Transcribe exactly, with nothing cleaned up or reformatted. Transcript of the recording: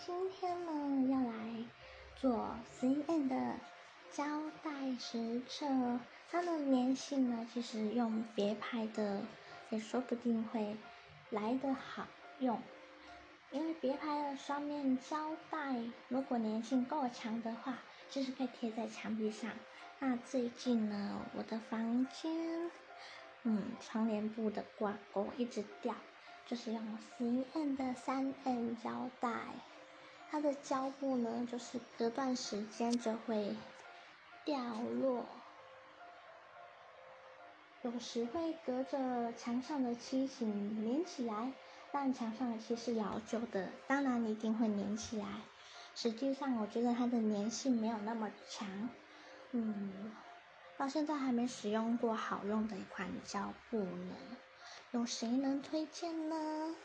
今天呢要来做 C N 的胶带实测，它的粘性呢，其实用别牌的也说不定会来得好用，因为别牌的双面胶带如果粘性够强的话，就是可以贴在墙壁上。那最近呢，我的房间，嗯，窗帘布的挂钩一直掉，就是用 C N 的 三 M 胶带，它的胶布呢，就是隔段时间就会掉落，有时会隔着墙上的漆型粘起来，但墙上的漆是老旧的，当然一定会粘起来。实际上，我觉得它的粘性没有那么强，嗯，到现在还没使用过好用的一款胶布呢，有谁能推荐呢？